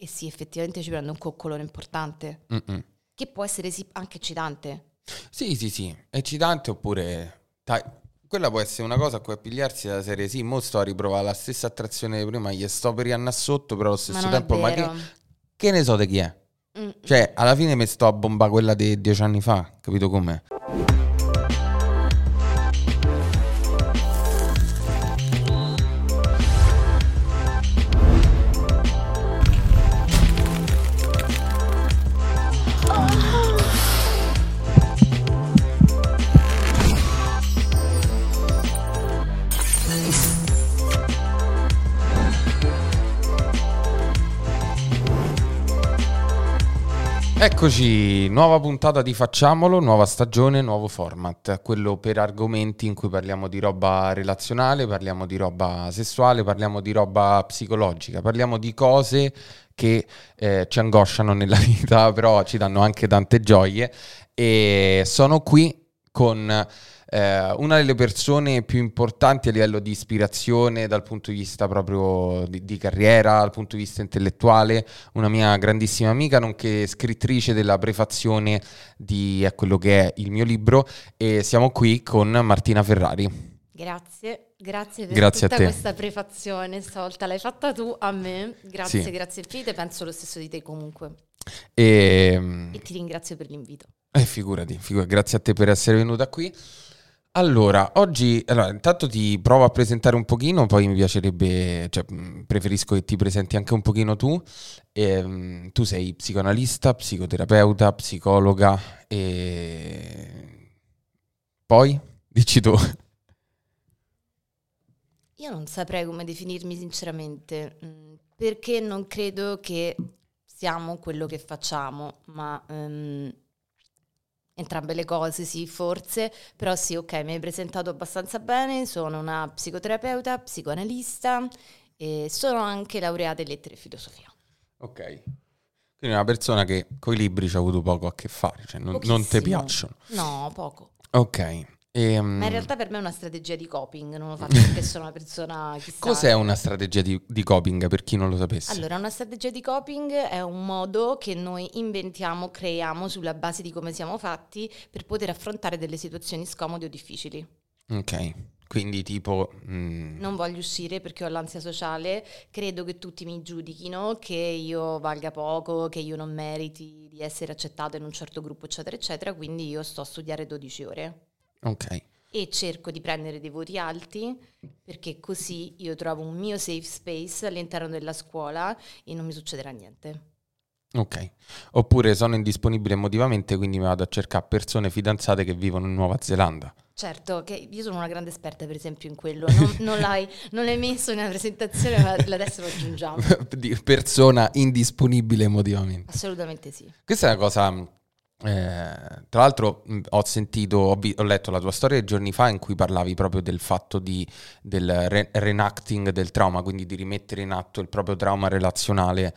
sì, effettivamente ci prende un coccolone importante, che può essere sì, anche eccitante. Sì, eccitante oppure... Dai, quella può essere una cosa a cui appigliarsi dalla serie, sì, mo sto a riprovare la stessa attrazione di prima, gli sto per riannà sotto, però allo Ma stesso non è tempo, ma vero. che ne so di chi è? Cioè, alla fine mi sto a bomba quella di 10 anni fa, capito com'è? Eccoci, nuova puntata di Facciamolo, nuova stagione, nuovo format, quello per argomenti in cui parliamo di roba relazionale, parliamo di roba sessuale, parliamo di roba psicologica, parliamo di cose che ci angosciano nella vita, però ci danno anche tante gioie, e sono qui con una delle persone più importanti a livello di ispirazione dal punto di vista proprio di carriera, dal punto di vista intellettuale, una mia grandissima amica, nonché scrittrice della prefazione di quello che è il mio libro, e siamo qui con Martina Ferrari. Grazie per Grazie a tutta te. questa prefazione, stavolta l'hai fatta tu a me, grazie Sì. infinite, penso lo stesso di te comunque, E e ti ringrazio per l'invito. figurati, grazie a te per essere venuta qui. Allora, oggi, intanto ti provo a presentare un pochino, poi mi piacerebbe, cioè, preferisco che ti presenti anche un pochino tu. Tu sei psicoanalista, psicoterapeuta, psicologa e poi dici tu. Io non saprei come definirmi sinceramente, perché non credo che siamo quello che facciamo, ma entrambe le cose sì, forse, però sì, ok, mi hai presentato abbastanza bene, sono una psicoterapeuta, psicoanalista e sono anche laureata in lettere e filosofia. Ok. Quindi una persona che coi libri ci ha avuto poco a che fare, cioè non ti Pochissimo. piacciono. No, poco. Ok. Ma in realtà per me è una strategia di coping, non lo faccio perché sono una persona chissà. Cos'è una strategia di coping, per chi non lo sapesse? Allora, una strategia di coping è un modo che noi inventiamo, creiamo sulla base di come siamo fatti per poter affrontare delle situazioni scomode o difficili. Ok, quindi tipo... Non voglio uscire perché ho l'ansia sociale, credo che tutti mi giudichino, che io valga poco, che io non meriti di essere accettato in un certo gruppo, eccetera, eccetera, quindi io sto a studiare 12 ore. Ok. E cerco di prendere dei voti alti perché così io trovo un mio safe space all'interno della scuola e non mi succederà niente. Ok, oppure sono indisponibile emotivamente, quindi mi vado a cercare persone fidanzate che vivono in Nuova Zelanda. Certo, che io sono una grande esperta per esempio in quello, non l'hai messo nella presentazione, ma adesso lo aggiungiamo. Persona indisponibile emotivamente. Assolutamente sì. Questa è una cosa... tra l'altro ho sentito, ho letto la tua storia giorni fa in cui parlavi proprio del fatto del reenacting del trauma, quindi di rimettere in atto il proprio trauma relazionale,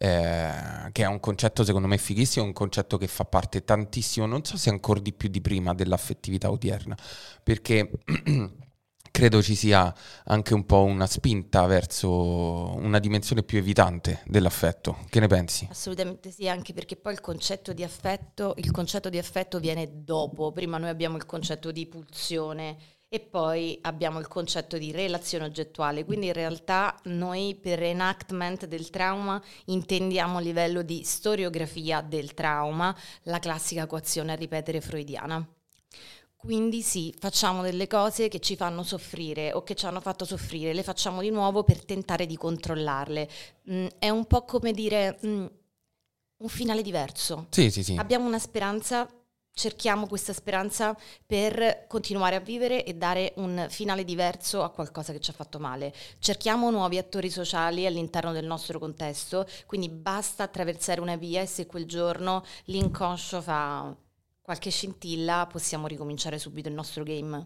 che è un concetto secondo me fighissimo, un concetto che fa parte tantissimo, non so se ancora di più di prima, dell'affettività odierna, perché credo ci sia anche un po' una spinta verso una dimensione più evitante dell'affetto. Che ne pensi? Assolutamente sì, anche perché poi il concetto di affetto viene dopo. Prima noi abbiamo il concetto di pulsione e poi abbiamo il concetto di relazione oggettuale. Quindi in realtà noi per reenactment del trauma intendiamo a livello di storiografia del trauma, la classica equazione a ripetere freudiana. Quindi sì, facciamo delle cose che ci fanno soffrire o che ci hanno fatto soffrire, le facciamo di nuovo per tentare di controllarle. È un po' come dire un finale diverso. Sì. Abbiamo una speranza, cerchiamo questa speranza per continuare a vivere e dare un finale diverso a qualcosa che ci ha fatto male. Cerchiamo nuovi attori sociali all'interno del nostro contesto, quindi basta attraversare una via e se quel giorno l'inconscio fa qualche scintilla, possiamo ricominciare subito il nostro game.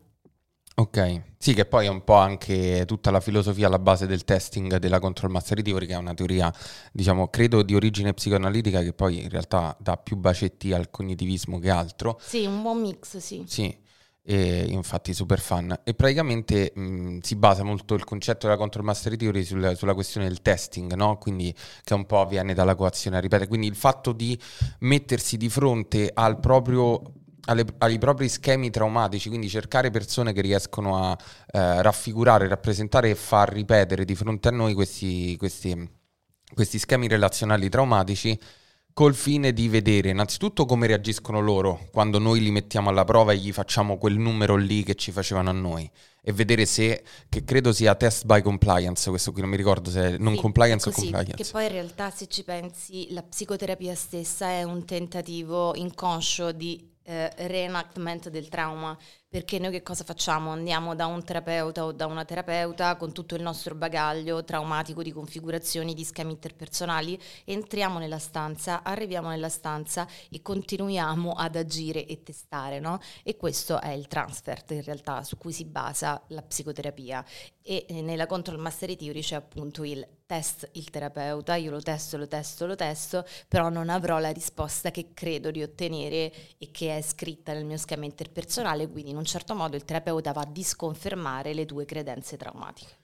Ok, sì, che poi è un po' anche tutta la filosofia alla base del testing della control mastery theory, che è una teoria, diciamo, credo di origine psicoanalitica, che poi in realtà dà più bacetti al cognitivismo che altro. Sì, un buon mix, sì. Sì, e infatti super fan. E praticamente si basa molto il concetto della Control Mastery Theory sulla questione del testing, no? Quindi che un po' viene dalla coazione a ripetere. Quindi il fatto di mettersi di fronte ai propri schemi traumatici, quindi cercare persone che riescono a raffigurare, rappresentare e far ripetere di fronte a noi questi schemi relazionali traumatici, col fine di vedere innanzitutto come reagiscono loro quando noi li mettiamo alla prova e gli facciamo quel numero lì che ci facevano a noi, e vedere se, che credo sia test by compliance, questo qui non mi ricordo se è non Sì, compliance è o così, compliance. che poi in realtà se ci pensi la psicoterapia stessa è un tentativo inconscio di reenactment del trauma, perché noi che cosa facciamo? Andiamo da un terapeuta o da una terapeuta con tutto il nostro bagaglio traumatico di configurazioni, di schemi interpersonali, entriamo nella stanza, arriviamo nella stanza e continuiamo ad agire e testare, no? E questo è il transfer in realtà su cui si basa la psicoterapia. E nella Control Mastery Theory c'è appunto il test il terapeuta, io lo testo, però non avrò la risposta che credo di ottenere e che è scritta nel mio schema interpersonale, quindi in un certo modo il terapeuta va a disconfermare le tue credenze traumatiche.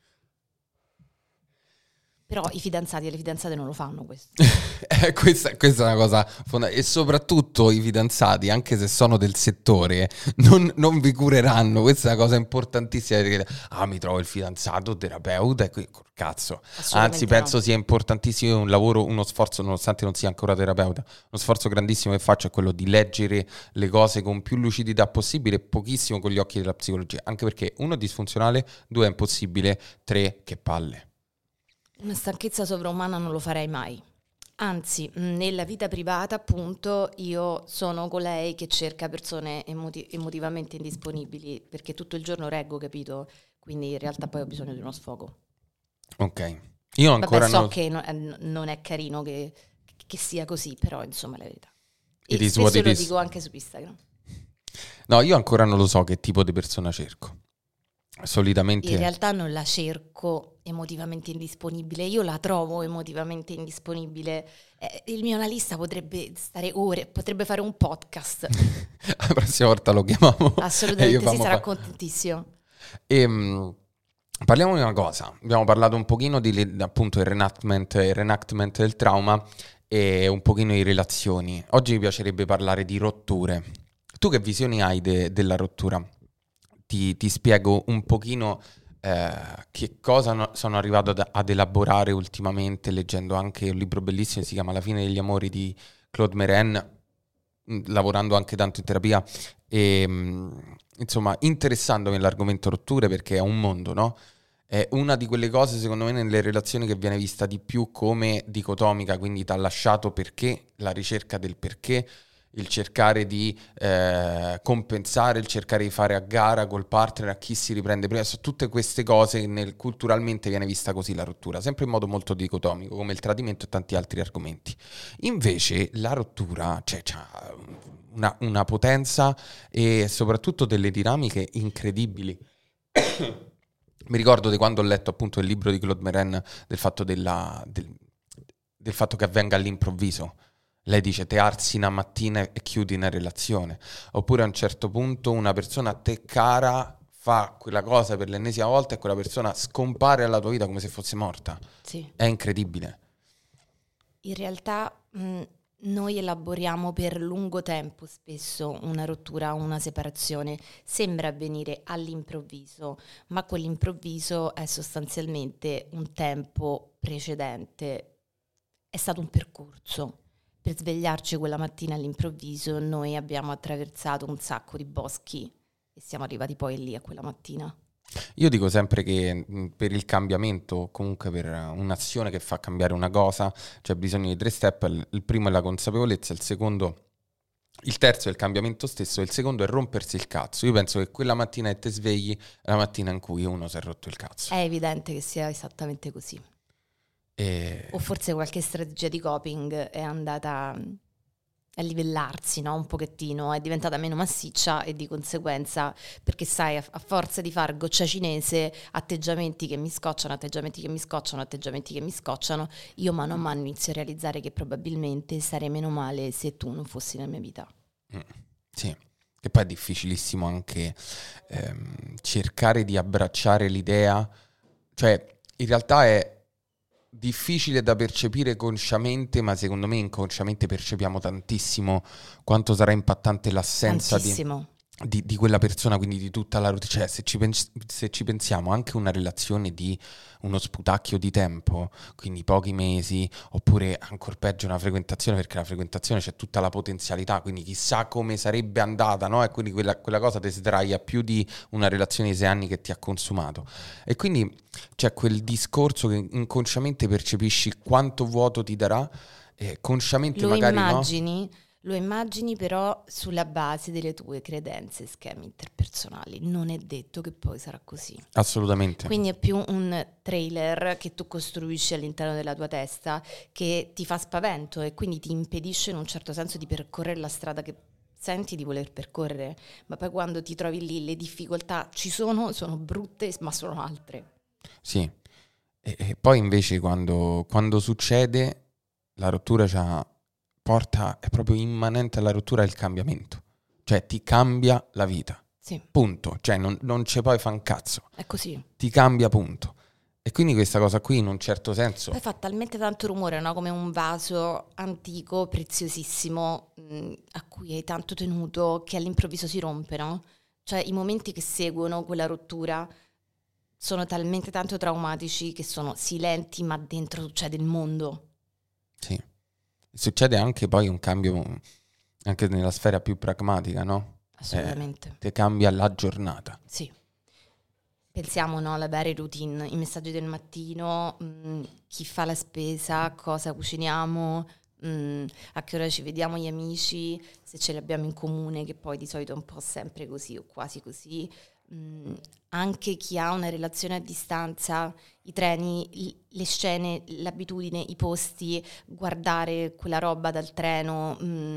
Però i fidanzati e le fidanzate non lo fanno questo. Questa è una cosa fondamentale. E soprattutto i fidanzati, anche se sono del settore, non vi cureranno. Questa è una cosa importantissima. Mi trovo il fidanzato terapeuta e cazzo. Anzi, penso sia importantissimo un lavoro, uno sforzo, nonostante non sia ancora terapeuta, uno sforzo grandissimo che faccio è quello di leggere le cose con più lucidità possibile e pochissimo con gli occhi della psicologia. Anche perché 1 è disfunzionale, 2 è impossibile, 3 che palle. Una stanchezza sovraumana non lo farei mai. Anzi, nella vita privata, appunto, io sono colei che cerca persone emotivamente indisponibili, perché tutto il giorno reggo, capito? Quindi in realtà poi ho bisogno di uno sfogo. Ok. Io ancora so che non è carino che sia così, però insomma è la verità. E It is spesso what it lo is. dico anche su Instagram. No, io ancora non lo so che tipo di persona cerco. Solitamente in realtà non la cerco emotivamente indisponibile, io la trovo emotivamente indisponibile. Il mio analista potrebbe stare ore, potrebbe fare un podcast. La prossima volta lo chiamiamo. Assolutamente, sarà contentissimo. Parliamo di una cosa. Abbiamo parlato un pochino di appunto il reenactment del trauma e un pochino di relazioni. Oggi mi piacerebbe parlare di rotture. Tu che visioni hai della rottura? Ti spiego un pochino che cosa sono arrivato ad elaborare ultimamente, leggendo anche un libro bellissimo che si chiama La fine degli amori di Claude Mérène, lavorando anche tanto in terapia e insomma interessandomi nell'argomento rotture, perché è un mondo, no? È una di quelle cose, secondo me, nelle relazioni che viene vista di più come dicotomica, quindi t'ha lasciato perché, la ricerca del perché, il cercare di compensare, il cercare di fare a gara col partner a chi si riprende prima, tutte queste cose culturalmente viene vista così la rottura, sempre in modo molto dicotomico, come il tradimento e tanti altri argomenti. Invece la rottura c'ha una potenza e soprattutto delle dinamiche incredibili. Mi ricordo di quando ho letto appunto il libro di Claude Mérène del fatto del fatto che avvenga all'improvviso. Lei dice: te alzi una mattina e chiudi una relazione. Oppure a un certo punto una persona a te cara fa quella cosa per l'ennesima volta e quella persona scompare dalla tua vita come se fosse morta. Sì. È incredibile. In realtà noi elaboriamo per lungo tempo spesso una rottura, una separazione. Sembra avvenire all'improvviso, ma quell'improvviso è sostanzialmente un tempo precedente. È stato un percorso. Per svegliarci quella mattina all'improvviso noi abbiamo attraversato un sacco di boschi e siamo arrivati poi lì a quella mattina. Io dico sempre che per il cambiamento, comunque per un'azione che fa cambiare una cosa, c'è bisogno di 3 step. Il primo è la consapevolezza, il terzo è il cambiamento stesso, e il secondo è rompersi il cazzo. Io penso che quella mattina che ti svegli è la mattina in cui uno si è rotto il cazzo. È evidente che sia esattamente così. O forse qualche strategia di coping è andata a livellarsi, no? Un pochettino, è diventata meno massiccia e di conseguenza, perché sai, a forza di far goccia cinese, atteggiamenti che mi scocciano, io mano a mano inizio a realizzare che probabilmente starei meno male se tu non fossi nella mia vita. Sì, Che poi è difficilissimo anche cercare di abbracciare l'idea, cioè in realtà è difficile da percepire consciamente, ma secondo me inconsciamente percepiamo tantissimo quanto sarà impattante l'assenza Tantissimo. di quella persona, quindi di tutta la routine. Cioè, se ci pensiamo, anche una relazione di uno sputacchio di tempo, quindi pochi mesi, oppure ancora peggio una frequentazione, perché la frequentazione c'è tutta la potenzialità, quindi chissà come sarebbe andata, no? E quindi quella cosa ti sdraia più di una relazione di 6 anni che ti ha consumato. E quindi c'è quel discorso che inconsciamente percepisci quanto vuoto ti darà, e consciamente Lo magari immagini, lo immagini però sulla base delle tue credenze e schemi interpersonali. Non è detto che poi sarà così. no? Assolutamente. Quindi è più un trailer che tu costruisci all'interno della tua testa che ti fa spavento e quindi ti impedisce in un certo senso di percorrere la strada che senti di voler percorrere. Ma poi quando ti trovi lì le difficoltà ci sono brutte, ma sono altre. Sì. E poi invece quando succede la rottura porta, è proprio immanente alla rottura il cambiamento. Cioè ti cambia la vita. Sì, Punto. Cioè non ci puoi fa un cazzo. è così. Ti cambia, punto. E quindi questa cosa qui in un certo senso... Poi fa talmente tanto rumore, no? Come un vaso antico, preziosissimo, a cui hai tanto tenuto, che all'improvviso si rompe, no? Cioè i momenti che seguono quella rottura sono talmente tanto traumatici che sono silenti, ma dentro succede il mondo. Sì. Succede anche poi un cambio anche nella sfera più pragmatica, no? Assolutamente. Ti cambia la giornata. Sì. Pensiamo, no, alle varie routine, i messaggi del mattino, chi fa la spesa, cosa cuciniamo, a che ora ci vediamo gli amici, se ce li abbiamo in comune, che poi di solito è un po' sempre così o quasi così. Anche chi ha una relazione a distanza, i treni, le scene, l'abitudine, i posti, guardare quella roba dal treno,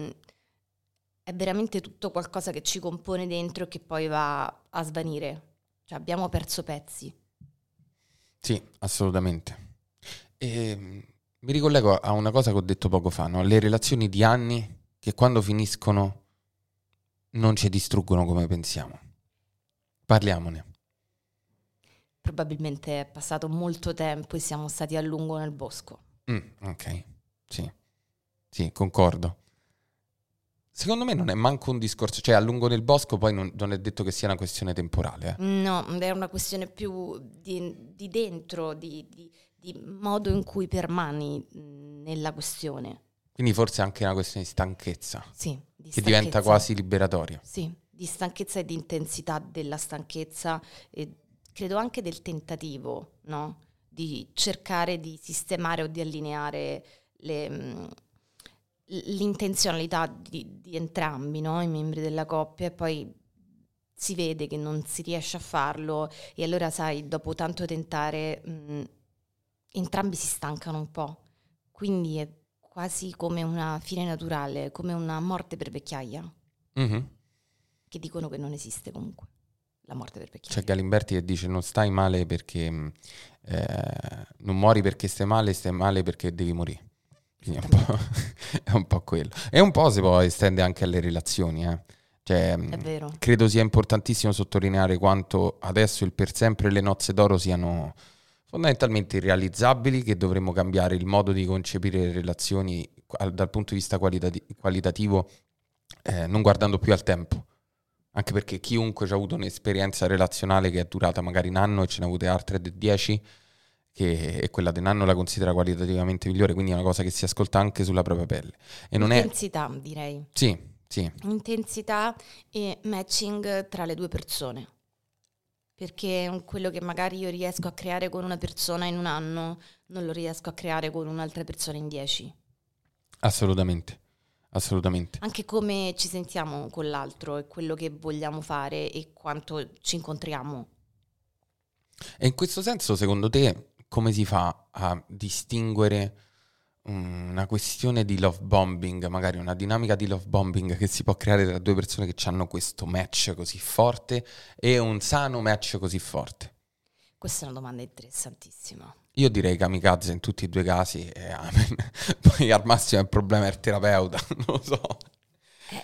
è veramente tutto qualcosa che ci compone dentro e che poi va a svanire. Cioè abbiamo perso pezzi. Sì, assolutamente. E mi ricollego a una cosa che ho detto poco fa, no? Le relazioni di anni che quando finiscono non ci distruggono come pensiamo. Parliamone. Probabilmente è passato molto tempo e siamo stati a lungo nel bosco. Ok, sì, concordo. Secondo me non è manco un discorso, cioè a lungo nel bosco poi non è detto che sia una questione temporale. No, è una questione più di dentro, di modo in cui permani nella questione. Quindi forse è anche una questione di stanchezza, Sì, di che diventa stanchezza. quasi liberatoria. Sì, di stanchezza e di intensità della stanchezza e credo anche del tentativo, no? Di cercare di sistemare o di allineare l'intenzionalità di entrambi, no? I membri della coppia, e poi si vede che non si riesce a farlo e allora sai, dopo tanto tentare entrambi si stancano un po', quindi è quasi come una fine naturale, come una morte per vecchiaia, Mhm. che dicono che non esiste comunque, la morte per vecchiaia. C'è Galimberti che dice non stai male perché non muori perché stai male perché devi morire. Quindi è un po' quello. E un po' si può estendere anche alle relazioni, Cioè, È vero. credo sia importantissimo sottolineare quanto adesso il per sempre le nozze d'oro siano fondamentalmente irrealizzabili, che dovremmo cambiare il modo di concepire le relazioni dal punto di vista qualitativo, non guardando più al tempo. Anche perché chiunque ha avuto un'esperienza relazionale che è durata magari un anno e ce ne ha avute altre 10, e quella di un anno la considera qualitativamente migliore, quindi è una cosa che si ascolta anche sulla propria pelle. E non è... Intensità, direi. Sì. Intensità e matching tra le due persone. Perché quello che magari io riesco a creare con una persona in un anno, non lo riesco a creare con un'altra persona in 10. Assolutamente. Anche come ci sentiamo con l'altro e quello che vogliamo fare e quanto ci incontriamo. E in questo senso, secondo te, come si fa a distinguere una questione di love bombing, magari una dinamica di love bombing che si può creare tra due persone che hanno questo match così forte e un sano match così forte? Questa è una domanda interessantissima. Io direi kamikaze in tutti e due i casi e amen. Poi al massimo il problema è il terapeuta, non lo so.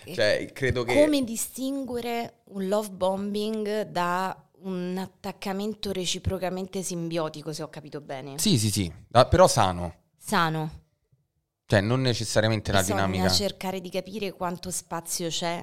Cioè, credo che... Come distinguere un love bombing da un attaccamento reciprocamente simbiotico, se ho capito bene? Sì, però sano. Sano. Cioè, non necessariamente la Bisogna dinamica... cercare di capire quanto spazio c'è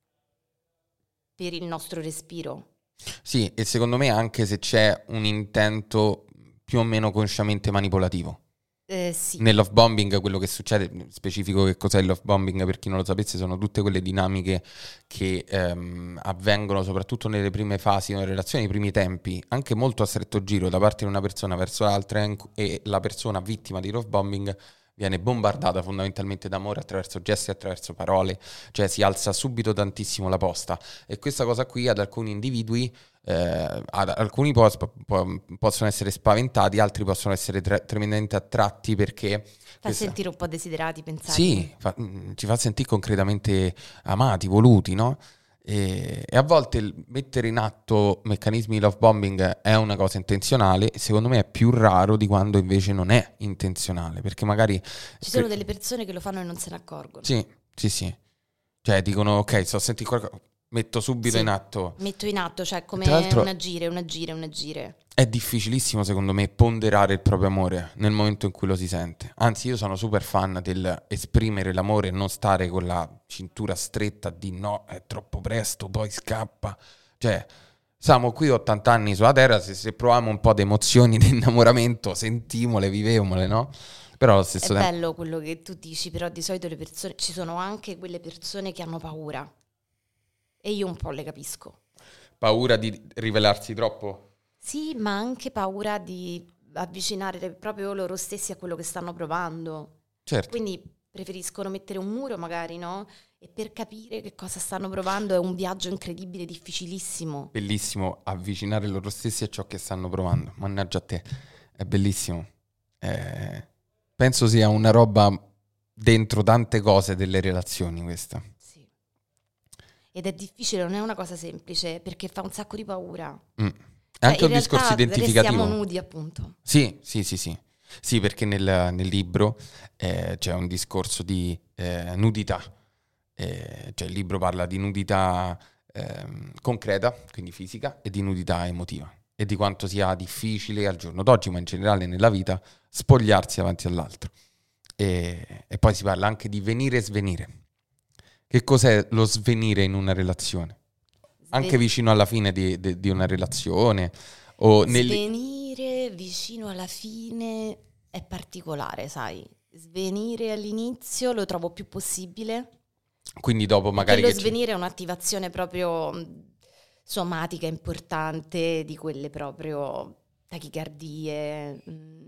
per il nostro respiro. Sì, e secondo me anche se c'è un intento più o meno consciamente manipolativo. Sì. Nel love bombing quello che succede, specifico che cos'è il love bombing per chi non lo sapesse, sono tutte quelle dinamiche che avvengono soprattutto nelle prime fasi della relazione, nei primi tempi, anche molto a stretto giro da parte di una persona verso l'altra, e la persona vittima di love bombing viene bombardata fondamentalmente d'amore attraverso gesti, attraverso parole, cioè si alza subito tantissimo la posta, e questa cosa qui ad alcuni individui, alcuni possono essere spaventati, altri possono essere tremendamente attratti perché... Fa sentire un po' desiderati, pensati. Sì, ci fa sentire concretamente amati, voluti, no? E a volte mettere in atto meccanismi di love bombing è una cosa intenzionale, secondo me è più raro di quando invece non è intenzionale, perché magari... Ci sono delle persone che lo fanno e non se ne accorgono. Sì. Cioè dicono, ok, sto a sentire qualcosa, metto subito in atto. Metto in atto, cioè come Tra l'altro un agire. è difficilissimo secondo me ponderare il proprio amore nel momento in cui lo si sente. Anzi, io sono super fan del esprimere l'amore e non stare con la cintura stretta di no, è troppo presto, poi scappa. Cioè, siamo qui 80 anni sulla Terra, se proviamo un po' di emozioni di innamoramento, sentimole, vivemole, no? Però allo stesso tempo... È bello quello che tu dici, però di solito le persone, ci sono anche quelle persone che hanno paura. E io un po' le capisco. Paura di rivelarsi troppo? Sì, ma anche paura di avvicinare proprio loro stessi a quello che stanno provando. Certo. Quindi preferiscono mettere un muro magari, no? E per capire che cosa stanno provando è un viaggio incredibile, difficilissimo. Bellissimo avvicinare loro stessi a ciò che stanno provando. Mannaggia a te, è bellissimo. Penso sia una roba dentro tante cose delle relazioni questa. Sì. Ed è difficile, non è una cosa semplice, perché fa un sacco di paura. È anche un discorso identificativo. Restiamo nudi, appunto. Sì. Sì, perché nel libro c'è un discorso di nudità. Cioè il libro parla di nudità concreta, quindi fisica, e di nudità emotiva. E di quanto sia difficile al giorno d'oggi, ma in generale nella vita, spogliarsi davanti all'altro. E poi si parla anche di venire e svenire. Che cos'è lo svenire in una relazione? Anche vicino alla fine di una relazione. Svenire vicino alla fine è particolare, sai. Svenire all'inizio lo trovo più possibile. Quindi dopo magari... Perché lo svenire è un'attivazione proprio somatica importante, di quelle proprio tachicardie.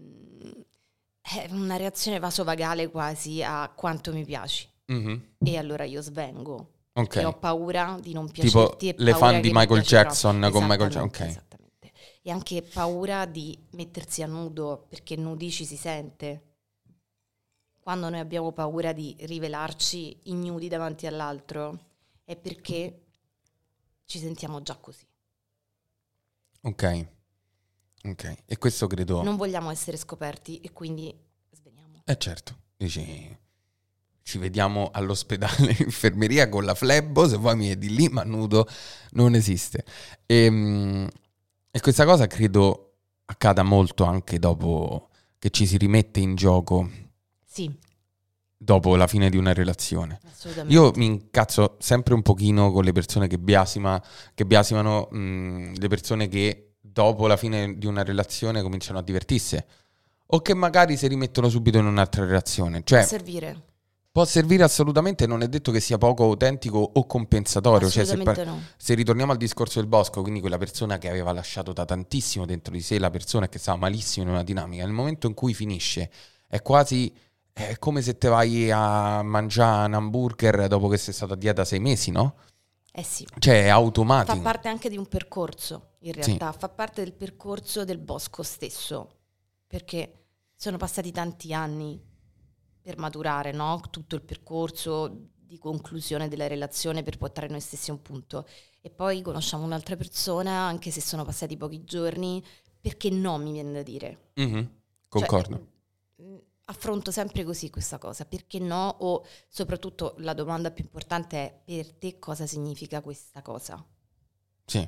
È una reazione vasovagale quasi a quanto mi piaci. Mm-hmm. E allora io svengo. Okay. E ho paura di non piacerti. Tipo le fan di Michael Jackson con Michael Jackson. Okay. Esattamente. E anche paura di mettersi a nudo, perché nudi ci si sente. Quando noi abbiamo paura di rivelarci ignudi davanti all'altro è perché ci sentiamo già così. Ok. E questo credo... Non vogliamo essere scoperti e quindi sveniamo. Certo. Dici... Ci vediamo all'ospedale, in infermeria con la flebo, se vuoi mi vedi lì, ma nudo non esiste. E questa cosa credo accada molto anche dopo che ci si rimette in gioco. Sì. Dopo la fine di una relazione. Assolutamente. Io mi incazzo sempre un pochino con le persone che biasimano le persone che dopo la fine di una relazione cominciano a divertirsi o che magari si rimettono subito in un'altra relazione. Cioè, può servire assolutamente, non è detto che sia poco autentico o compensatorio. Assolutamente cioè, no. Se ritorniamo al discorso del bosco, quindi quella persona che aveva lasciato da tantissimo dentro di sé la persona che stava malissimo in una dinamica, nel momento in cui finisce è quasi... È come se te vai a mangiare un hamburger dopo che sei stato a dieta 6 mesi, no? Sì. Cioè è automatico. Fa parte anche di un percorso, in realtà. Sì. Fa parte del percorso del bosco stesso. Perché sono passati tanti anni per maturare, no? Tutto il percorso di conclusione della relazione per portare noi stessi a un punto. E poi conosciamo un'altra persona, anche se sono passati pochi giorni, perché no, mi viene da dire. Mm-hmm. Concordo. Cioè, affronto sempre così questa cosa, perché no? O soprattutto la domanda più importante è: per te cosa significa questa cosa? Sì.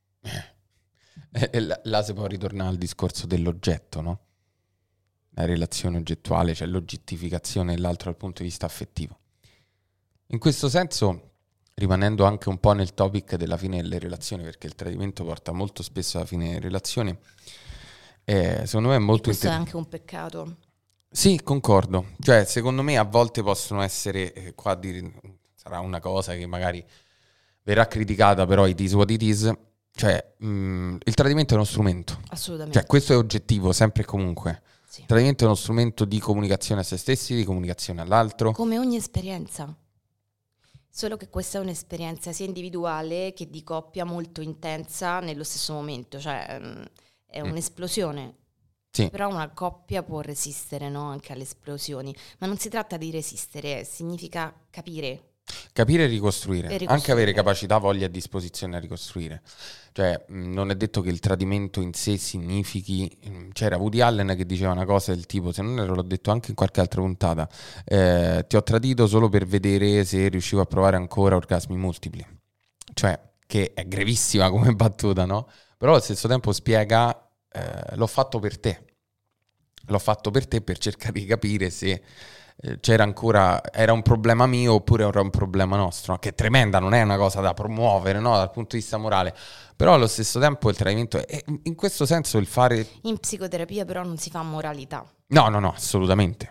E là si può ritornare al discorso dell'oggetto, no? La relazione oggettuale, cioè l'oggettificazione e l'altro dal punto di vista affettivo. In questo senso, rimanendo anche un po' nel topic della fine delle relazioni, perché il tradimento porta molto spesso alla fine delle relazioni, secondo me è molto Questo è anche un peccato. Sì, concordo. Cioè, secondo me a volte possono essere, qua sarà una cosa che magari verrà criticata, però it is what it is. Cioè, il tradimento è uno strumento. Assolutamente. Cioè, questo è oggettivo, sempre e comunque. Sì. Il tradimento è uno strumento di comunicazione a se stessi, di comunicazione all'altro. Come ogni esperienza. Solo che questa è un'esperienza sia individuale che di coppia molto intensa nello stesso momento. Cioè, è un'esplosione. Sì. Però una coppia può resistere, no? Anche alle esplosioni. Ma non si tratta di resistere, significa capire. Capire e ricostruire. ricostruire. Anche avere capacità, voglia e disposizione a ricostruire. Cioè, non è detto che il tradimento in sé significhi... C'era Woody Allen che diceva una cosa del tipo, se non ero, l'ho detto anche in qualche altra puntata, ti ho tradito solo per vedere se riuscivo a provare ancora orgasmi multipli. Cioè, che è grevissima come battuta, no? Però allo stesso tempo spiega... l'ho fatto per te. L'ho fatto per te per cercare di capire se c'era ancora, era un problema mio oppure era un problema nostro, che è tremenda, non è una cosa da promuovere, no, dal punto di vista morale, però allo stesso tempo il tradimento è in questo senso il fare... In psicoterapia però non si fa moralità. No, assolutamente,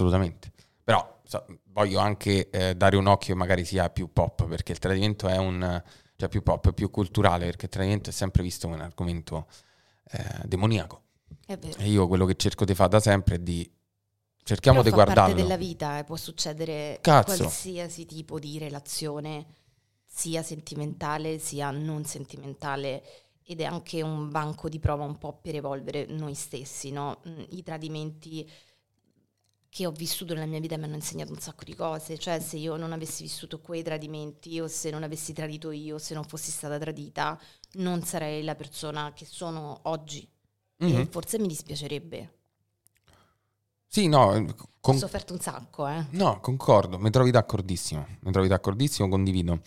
però voglio anche dare un occhio magari sia più pop, perché il tradimento è cioè più pop, più culturale, perché il tradimento è sempre visto come un argomento demoniaco. È vero. E io quello che cerco di fare da sempre è di cerchiamo Però di fa guardarlo. parte della vita, può succedere Cazzo. qualsiasi tipo di relazione, sia sentimentale sia non sentimentale, ed è anche un banco di prova un po' per evolvere noi stessi, no? I tradimenti che ho vissuto nella mia vita mi hanno insegnato un sacco di cose, cioè se io non avessi vissuto quei tradimenti o se non avessi tradito io, se non fossi stata tradita, non sarei la persona che sono oggi. E forse mi dispiacerebbe. Sì, no, Ho sofferto un sacco, No, concordo, mi trovi d'accordissimo, condivido.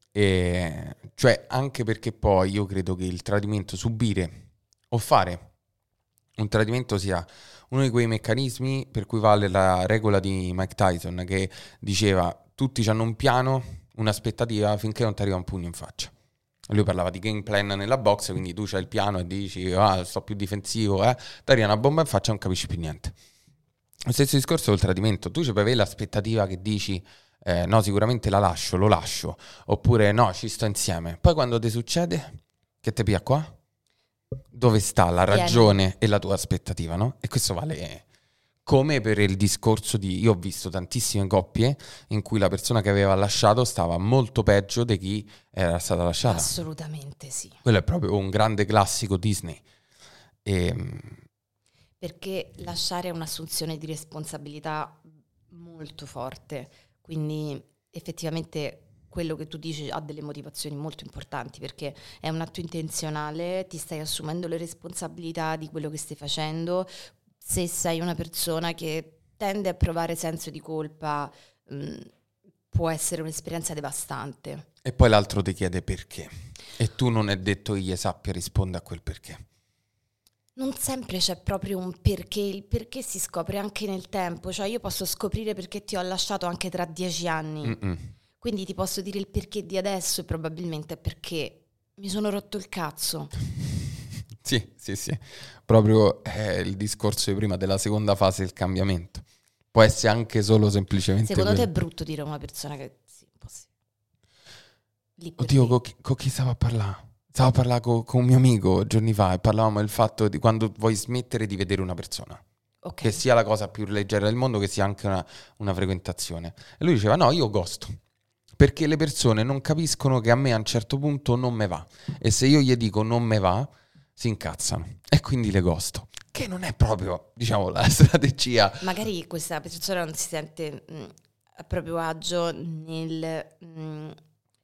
E cioè, anche perché poi io credo che il tradimento, subire o fare un tradimento sia uno di quei meccanismi per cui vale la regola di Mike Tyson che diceva: tutti hanno un piano, un'aspettativa finché non ti arriva un pugno in faccia. Lui parlava di game plan nella box, quindi tu c'hai il piano e dici sto più difensivo, ti arriva una bomba in faccia e non capisci più niente. Lo stesso discorso del tradimento, tu ci puoi avere l'aspettativa che dici no, sicuramente lo lascio, oppure no, ci sto insieme. Poi quando ti succede, che te pia qua? Dove sta la ragione e la tua aspettativa, no? E questo vale come per il discorso di... Io ho visto tantissime coppie in cui la persona che aveva lasciato stava molto peggio di chi era stata lasciata. Assolutamente sì. Quello è proprio un grande classico Disney. Perché lasciare è un'assunzione di responsabilità molto forte, quindi effettivamente quello che tu dici ha delle motivazioni molto importanti, perché è un atto intenzionale, ti stai assumendo le responsabilità di quello che stai facendo. Se sei una persona che tende a provare senso di colpa, può essere un'esperienza devastante. E poi l'altro ti chiede perché, e tu non è detto gli sappia rispondere a quel perché. Non sempre c'è proprio un perché, il perché si scopre anche nel tempo, cioè io posso scoprire perché ti ho lasciato anche tra 10 anni, quindi ti posso dire il perché di adesso e probabilmente è perché mi sono rotto il cazzo. Sì, proprio il discorso di prima della seconda fase del cambiamento. Può essere anche solo semplicemente Secondo quello. te è brutto dire a una persona che sì, lì per Oddio, lì. con chi stavo a parlare? Stavo a parlare con un mio amico giorni fa e parlavamo del fatto di quando vuoi smettere di vedere una persona. Okay. Che sia la cosa più leggera del mondo, che sia anche una frequentazione. E lui diceva: no, io ghosto. Perché le persone non capiscono che a me a un certo punto non me va. E se io gli dico non me va, si incazzano. E quindi le ghosto. Che non è proprio, diciamo, la strategia. Magari questa persona non si sente a proprio agio nel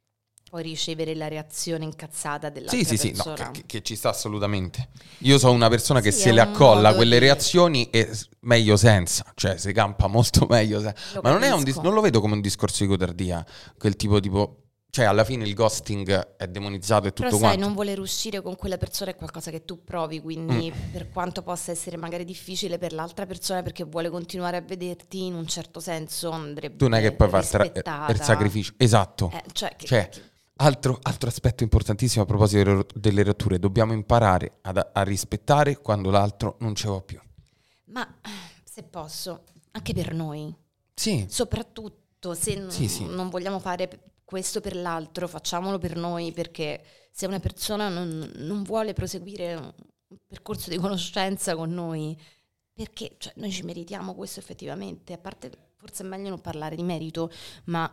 poi ricevere la reazione incazzata dell'altra Sì, no, persona. che ci sta assolutamente. Io sono una persona che Sì, se è le un accolla modo quelle di- reazioni e meglio senza, cioè si campa molto meglio Lo ma non è capisco. non lo vedo come un discorso di codardia, quel tipo, cioè alla fine il ghosting è demonizzato e Però tutto sai, quanto. non voler uscire con quella persona è qualcosa che tu provi, quindi per quanto possa essere magari difficile per l'altra persona perché vuole continuare a vederti, in un certo senso andrebbe Tu non è che puoi fare rispettata. il sacrificio. Esatto. Cioè, Cioè, altro aspetto importantissimo a proposito delle rotture, dobbiamo imparare a rispettare quando l'altro non ce va più. ma se posso, anche per noi, Sì, soprattutto se sì. non vogliamo fare questo per l'altro, facciamolo per noi, perché se una persona non vuole proseguire un percorso di conoscenza con noi, perché cioè, noi ci meritiamo questo effettivamente, a parte forse è meglio non parlare di merito, ma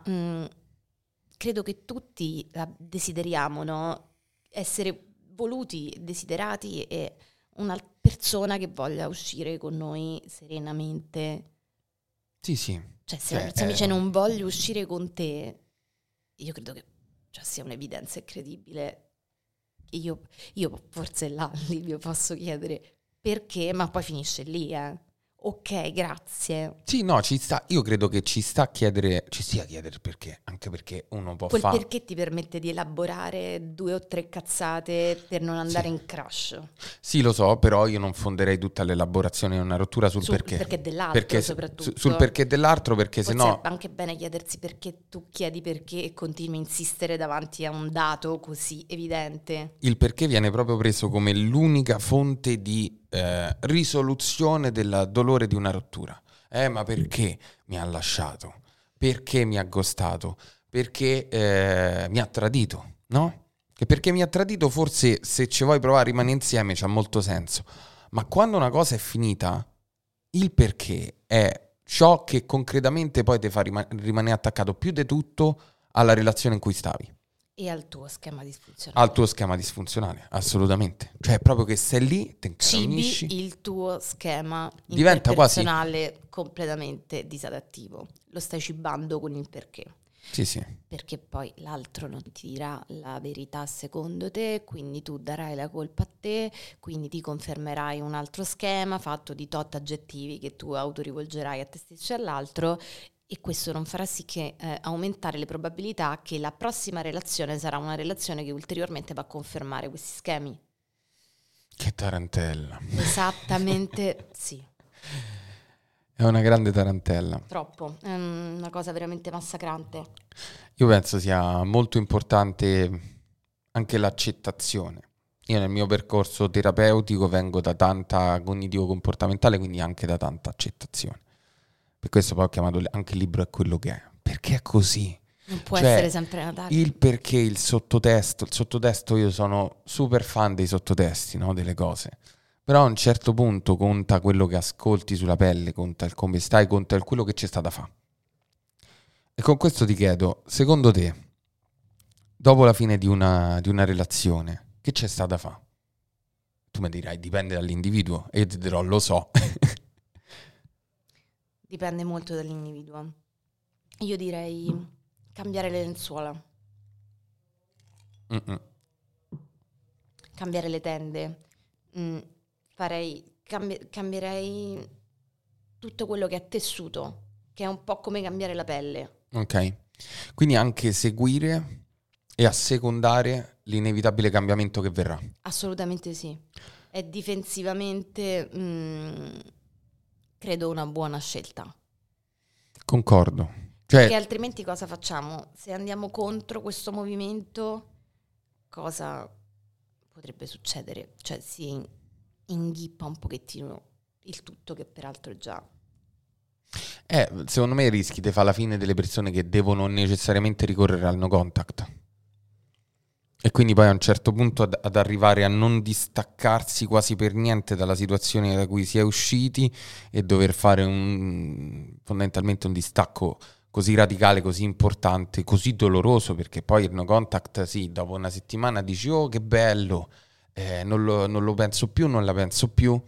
credo che tutti desideriamo, no? Essere voluti, desiderati e una persona che voglia uscire con noi serenamente. Sì. Cioè, se una persona dice non voglio uscire con te, io credo che sia un'evidenza incredibile. Io forse là, Livio, posso chiedere perché, ma poi finisce lì, Ok, grazie. Sì, no, ci sta. Io credo che ci stia a chiedere perché, anche perché uno può Quel fare. perché ti permette di elaborare 2 o 3 cazzate per non andare in crash. Sì, lo so, però io non fonderei tutta l'elaborazione di una rottura sul perché. Perché dell'altro, soprattutto. Sul perché dell'altro, perché Forse sennò è anche bene chiedersi perché tu chiedi perché e continui a insistere davanti a un dato così evidente. il perché viene proprio preso come l'unica fonte di risoluzione del dolore di una rottura. Ma perché mi ha lasciato? Perché mi ha ghostato? Perché mi ha tradito, no? E perché mi ha tradito forse se ci vuoi provare a rimanere insieme c'ha molto senso. Ma quando una cosa è finita, il perché è ciò che concretamente poi ti fa rimanere attaccato più di tutto alla relazione in cui stavi. E al tuo schema disfunzionale. Al tuo schema disfunzionale, assolutamente. Cioè, proprio che sei lì, ti incaronisci. Cibi il tuo schema Diventa quasi- interpersonale completamente disadattivo. Lo stai cibando con il perché. Sì. Perché poi l'altro non ti dirà la verità secondo te, quindi tu darai la colpa a te, quindi ti confermerai un altro schema fatto di tot aggettivi che tu autorivolgerai a te stesso e all'altro, e questo non farà sì che aumentare le probabilità che la prossima relazione sarà una relazione che ulteriormente va a confermare questi schemi. Che tarantella. Esattamente sì. È una grande tarantella. Troppo, è una cosa veramente massacrante. Io penso sia molto importante anche l'accettazione. Io nel mio percorso terapeutico vengo da tanta cognitivo-comportamentale, quindi anche da tanta accettazione. Per questo poi ho chiamato anche il libro È quello che è. Perché è così. Non può Cioè, essere sempre Natale. il perché, il sottotesto, io sono super fan dei sottotesti, no? Delle cose. Però a un certo punto conta quello che ascolti sulla pelle, conta il come stai, conta il quello che c'è stata fa. E con questo ti chiedo, secondo te, dopo la fine di una relazione, che c'è stata fa? Tu mi dirai, dipende dall'individuo, e io ti dirò, lo so. Dipende molto dall'individuo. Io direi cambiare le lenzuola, Mm-mm. cambiare le tende. Cambierei tutto quello che è tessuto, che è un po' come cambiare la pelle. Ok, quindi anche seguire e assecondare l'inevitabile cambiamento che verrà. Assolutamente sì. È difensivamente, credo, una buona scelta. Concordo. Perché Cioè, altrimenti cosa facciamo? Se andiamo contro questo movimento, cosa potrebbe succedere? Cioè si inghippa un pochettino il tutto, che peraltro è già... secondo me rischi di fare la fine delle persone che devono necessariamente ricorrere al no contact. E quindi poi a un certo punto ad arrivare a non distaccarsi quasi per niente dalla situazione da cui si è usciti e dover fare fondamentalmente un distacco così radicale, così importante, così doloroso, perché poi il no contact, sì, dopo una settimana dici, oh che bello, non lo penso più, non la penso più.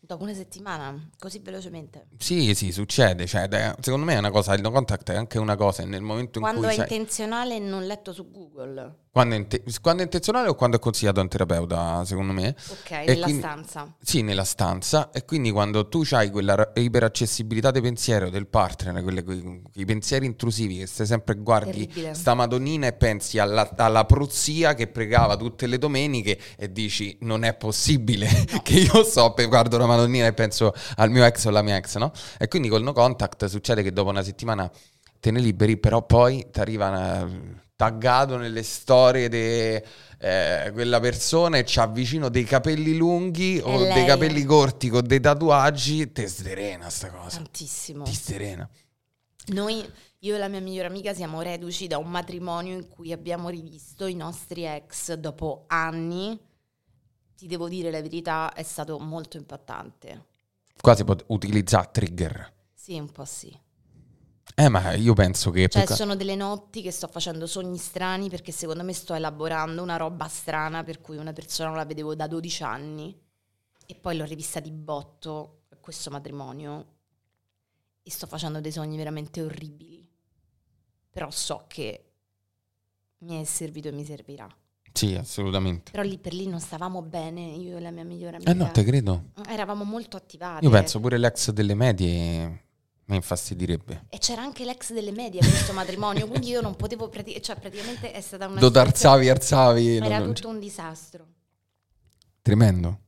Dopo una settimana, così velocemente. Sì, succede. Cioè, secondo me è una cosa, il no contact è anche una cosa, e nel momento in Quando cui è sai... intenzionale e non letto su Google. Quando è intenzionale o quando è consigliato da un terapeuta, secondo me. Ok, E nella quindi, stanza. sì, nella stanza. E quindi quando tu hai quella iperaccessibilità dei pensieri del partner, quei pensieri intrusivi che stai sempre guardi Terribile. sta Madonnina e pensi alla prozia che pregava tutte le domeniche e dici non è possibile No. che io guardo la Madonnina e penso al mio ex o alla mia ex, no? E quindi col no contact succede che dopo una settimana te ne liberi, però poi ti arriva taggato nelle storie di quella persona e c'ha vicino dei capelli lunghi È o dei lei. capelli corti con dei tatuaggi, te sdrena sta cosa. Tantissimo. Ti sdrena. Io e la mia migliore amica siamo reduci da un matrimonio in cui abbiamo rivisto i nostri ex dopo anni. Ti devo dire la verità, è stato molto impattante. Qua si può utilizzare trigger. Sì, un po' sì. Ma io penso che... Cioè, sono delle notti che sto facendo sogni strani perché secondo me sto elaborando una roba strana per cui una persona non la vedevo da 12 anni e poi l'ho rivista di botto a questo matrimonio e sto facendo dei sogni veramente orribili. Però so che mi è servito e mi servirà. Sì, assolutamente. Però lì per lì non stavamo bene, io e la mia migliore amica. No, te credo. Eravamo molto attivate. Io penso pure l'ex delle medie mi infastidirebbe. E c'era anche l'ex delle medie a questo matrimonio, quindi io non potevo, cioè praticamente è stata una Arzavi. Era tutto un disastro. Tremendo.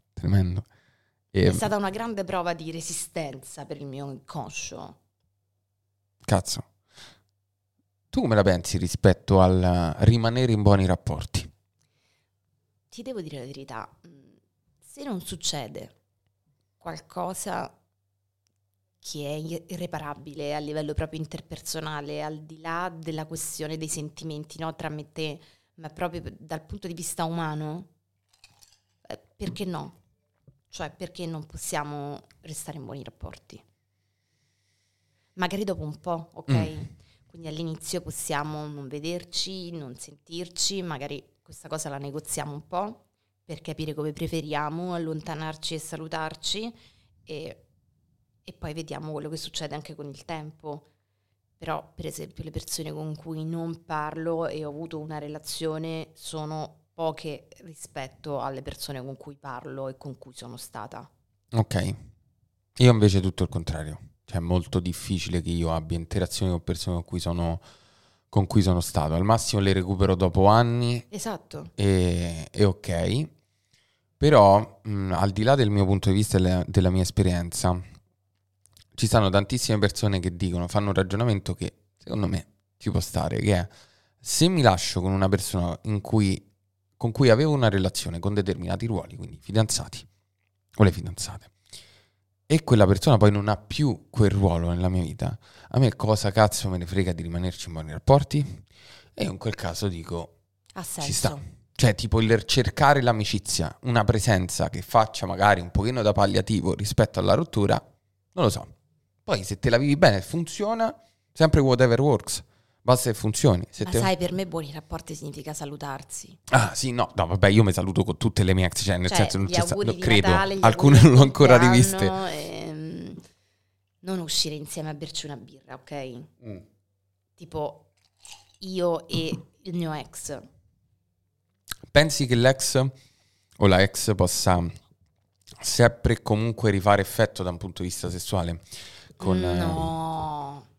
È stata una grande prova di resistenza per il mio inconscio. Cazzo. Tu come la pensi rispetto al rimanere in buoni rapporti? Ti devo dire la verità, se non succede qualcosa che è irreparabile a livello proprio interpersonale, al di là della questione dei sentimenti, no, tra me e te, ma proprio dal punto di vista umano, perché no? Cioè, perché non possiamo restare in buoni rapporti? Magari dopo un po', ok? Quindi all'inizio possiamo non vederci, non sentirci, magari questa cosa la negoziamo un po' per capire come preferiamo allontanarci e salutarci e poi vediamo quello che succede anche con il tempo. Però, per esempio, le persone con cui non parlo e ho avuto una relazione sono poche rispetto alle persone con cui parlo e con cui sono stata. Ok. Io invece tutto il contrario. Cioè è molto difficile che io abbia interazioni con persone con cui sono stato. Al massimo le recupero dopo anni. Esatto. E ok. Però, al di là del mio punto di vista e della mia esperienza, ci stanno tantissime persone che fanno un ragionamento che secondo me ci può stare, che è: se mi lascio con una persona con cui avevo una relazione con determinati ruoli, quindi fidanzati o le fidanzate, e quella persona poi non ha più quel ruolo nella mia vita, a me cosa cazzo me ne frega di rimanerci in buoni rapporti? E in quel caso dico, Ha senso. ci sta. Cioè, tipo il cercare l'amicizia, una presenza che faccia magari un pochino da palliativo rispetto alla rottura, non lo so. Poi se te la vivi bene, funziona, sempre whatever works. Basta che funzioni. Sai, per me buoni rapporti significa salutarsi. Ah, sì, no, vabbè, io mi saluto con tutte le mie ex, cioè nel senso non gli c'è auguri di credo, Natale, gli alcune auguri non l'ho di ancora compleanno, riviste. Non uscire insieme a berci una birra, ok? Tipo io e il mio ex. Pensi che l'ex o la ex possa sempre e comunque rifare effetto da un punto di vista sessuale? No.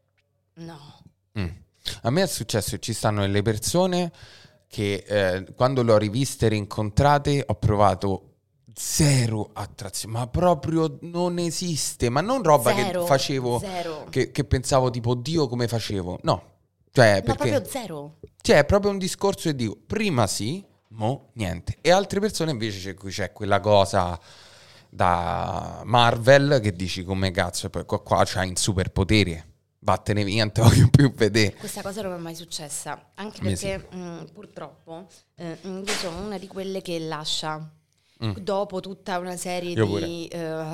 A me è successo che ci stanno delle persone che quando le ho riviste e rincontrate ho provato zero attrazione, ma proprio non esiste, ma non roba Zero, che facevo, zero. che pensavo tipo, Dio come facevo, no. Cioè, No, perché proprio zero. cioè, è proprio un discorso che dico, prima sì, mo niente. E altre persone invece c'è quella cosa da Marvel che dici come cazzo, e poi qua c'hai in superpoteri, vattene via, non te voglio più vedere. Questa cosa non è mai successa, anche perché purtroppo io sono una di quelle che lascia dopo tutta una serie di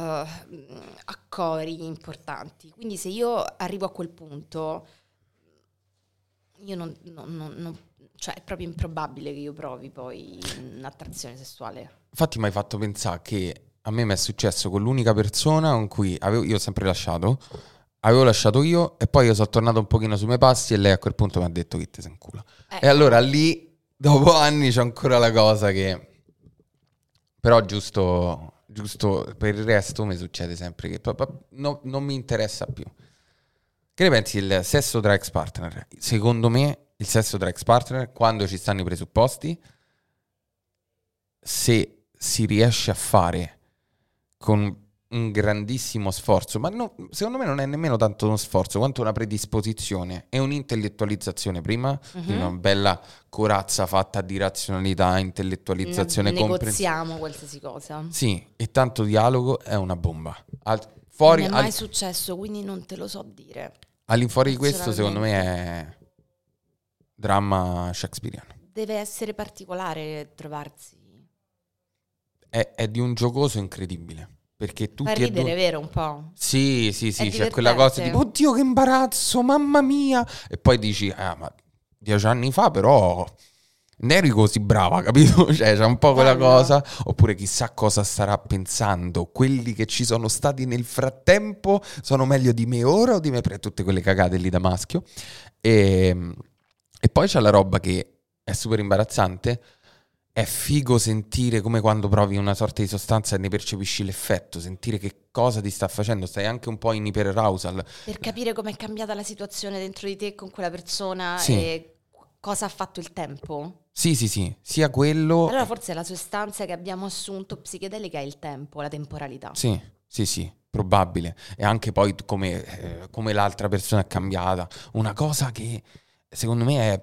accori importanti. Quindi se io arrivo a quel punto, io non cioè è proprio improbabile che io provi poi un'attrazione sessuale. Infatti mi hai fatto pensare che a me mi è successo con l'unica persona con cui io ho sempre lasciato, avevo lasciato io e poi io sono tornato un pochino sui miei passi e lei a quel punto mi ha detto che te sei in culo. E allora lì, dopo anni, c'è ancora la cosa che... Però giusto per il resto mi succede sempre che non mi interessa più. Che ne pensi del sesso tra ex partner? Secondo me il sesso tra ex partner, quando ci stanno i presupposti, se si riesce a fare con un grandissimo sforzo, ma secondo me non è nemmeno tanto uno sforzo quanto una predisposizione e un'intellettualizzazione prima, quindi una bella corazza fatta di razionalità, intellettualizzazione, negoziamo qualsiasi cosa. Sì, e tanto dialogo è una bomba. Non è mai successo, quindi non te lo so dire. All'infuori di questo, secondo me, è dramma shakespeariano. Deve essere particolare trovarsi. È di un giocoso incredibile. Perché tutti fa ridere, vero, un po'? Sì, c'è quella cosa tipo, oddio che imbarazzo, mamma mia. E poi dici, ma 10 anni fa però non eri così brava, capito? Cioè c'è un po' quella cosa. Oppure chissà cosa starà pensando. Quelli che ci sono stati nel frattempo sono meglio di me ora o di me per tutte quelle cagate lì da maschio. E poi c'è la roba che è super imbarazzante. È figo sentire come quando provi una sorta di sostanza e ne percepisci l'effetto, sentire che cosa ti sta facendo, stai anche un po' in iperarousal. Per capire com'è cambiata la situazione dentro di te con quella persona e cosa ha fatto il tempo. Sì, sia quello... Allora forse la sostanza che abbiamo assunto psichedelica è il tempo, la temporalità. Sì, probabile. E anche poi come l'altra persona è cambiata. Una cosa che secondo me è...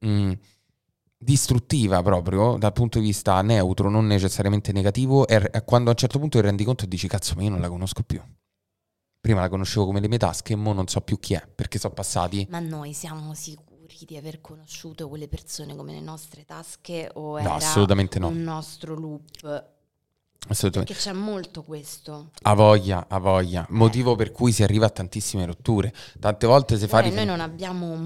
distruttiva proprio dal punto di vista neutro, non necessariamente negativo, è quando a un certo punto ti rendi conto e dici cazzo, ma io non la conosco più. Prima la conoscevo come le mie tasche e mo non so più chi è, perché sono passati. Ma noi siamo sicuri di aver conosciuto quelle persone come le nostre tasche o no, assolutamente no. un nostro loop? Assolutamente. Perché c'è molto questo. A voglia. Motivo per cui si arriva a tantissime rotture. Tante volte si fa... Noi non abbiamo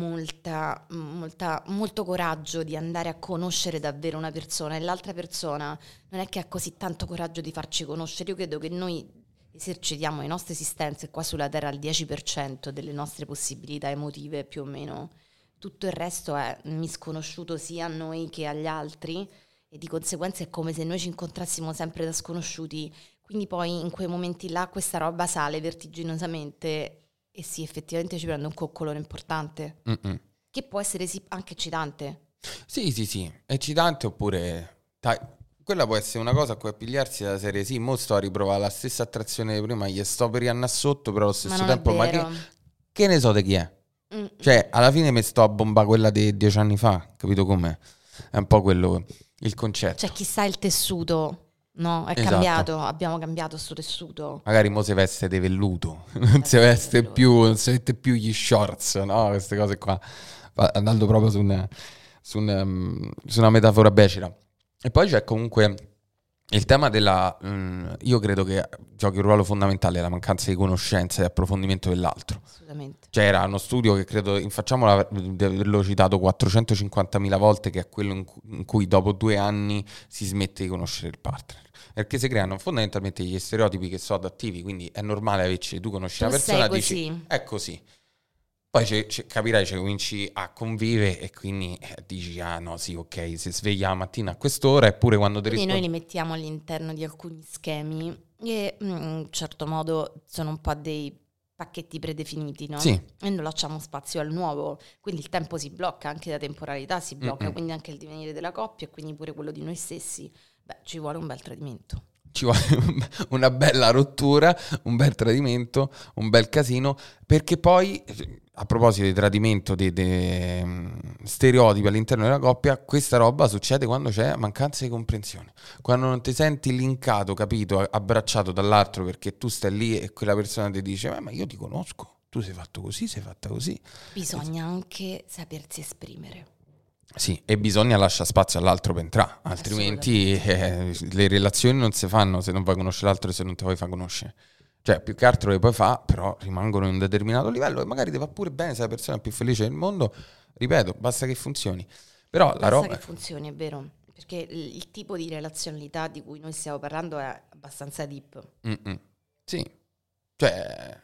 molto coraggio di andare a conoscere davvero una persona e l'altra persona non è che ha così tanto coraggio di farci conoscere. Io credo che noi esercitiamo le nostre esistenze qua sulla Terra al 10% delle nostre possibilità emotive più o meno. Tutto il resto è misconosciuto sia a noi che agli altri. E di conseguenza è come se noi ci incontrassimo sempre da sconosciuti, quindi poi in quei momenti là questa roba sale vertiginosamente e sì, effettivamente ci prende un coccolone importante. Che può essere sì, anche eccitante. Sì, eccitante oppure... quella può essere una cosa a cui appigliarsi dalla serie sì, mo sto a riprovare la stessa attrazione di prima, gli sto per riannà sotto, però allo stesso tempo, ma che ne so di chi è? Cioè, alla fine mi sto a bomba quella di 10 anni fa, capito com'è? È un po' quello... il concetto. Cioè chissà il tessuto, no? È cambiato, abbiamo cambiato sto tessuto. Magari mo si veste di velluto, non si veste più gli shorts, no? Queste cose qua, andando proprio su una metafora becera. E poi c'è comunque il tema della... io credo che giochi un ruolo fondamentale la mancanza di conoscenza e approfondimento dell'altro. Assolutamente. Cioè era uno studio che credo, l'ho citato 450.000 volte, che è quello in cui dopo 2 anni si smette di conoscere il partner. Perché si creano fondamentalmente gli stereotipi che sono adattivi, quindi è normale averci, tu conosci una persona e dici è così. Poi capirai, cominci a convivere e quindi dici no sì ok, si sveglia la mattina a quest'ora eppure quando ti rispondi... Noi li mettiamo all'interno di alcuni schemi e in un certo modo sono un po' dei pacchetti predefiniti, no? Sì. E non lasciamo spazio al nuovo, quindi il tempo si blocca, anche la temporalità si blocca, quindi anche il divenire della coppia e quindi pure quello di noi stessi. Ci vuole un bel tradimento. Ci vuole una bella rottura, un bel tradimento, un bel casino, perché poi, a proposito di tradimento, di stereotipi all'interno della coppia, questa roba succede quando c'è mancanza di comprensione, quando non ti senti linkato, capito, abbracciato dall'altro perché tu stai lì e quella persona ti dice ma io ti conosco, tu sei fatto così, sei fatta così. Bisogna anche sapersi esprimere. Sì, e bisogna lasciare spazio all'altro per entrare, altrimenti le relazioni non si fanno se non vuoi conoscere l'altro e se non ti vuoi far conoscere. Cioè, più che altro le puoi fare, però rimangono in un determinato livello e magari ti va pure bene, sei la persona più felice del mondo. Ripeto, basta che funzioni. Però la roba... Basta che funzioni, è vero. Perché il tipo di relazionalità di cui noi stiamo parlando è abbastanza deep. Sì, cioè,